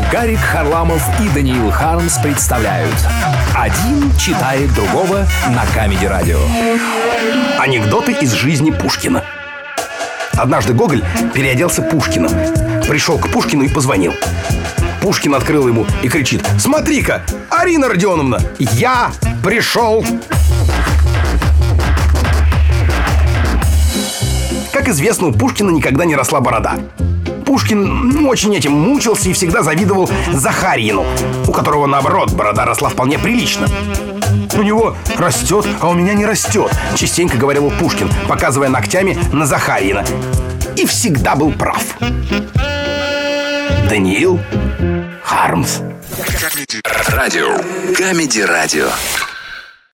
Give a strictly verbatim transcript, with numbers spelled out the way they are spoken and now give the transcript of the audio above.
Гарик Харламов и Даниил Хармс представляют «Один читает другого» на Камеди Радио. Анекдоты из жизни Пушкина. Однажды Гоголь переоделся Пушкиным. Пришел к Пушкину и позвонил. Пушкин открыл ему и кричит: «Смотри-ка, Арина Родионовна, я пришел!» Как известно, у Пушкина никогда не росла борода. Пушкин очень этим мучился и всегда завидовал Захарьину, у которого, наоборот, борода росла вполне прилично. «У него растет, а у меня не растет», — частенько говорил Пушкин, показывая ногтями на Захарьина. И всегда был прав. Даниил Хармс. Радио. Камеди Радио.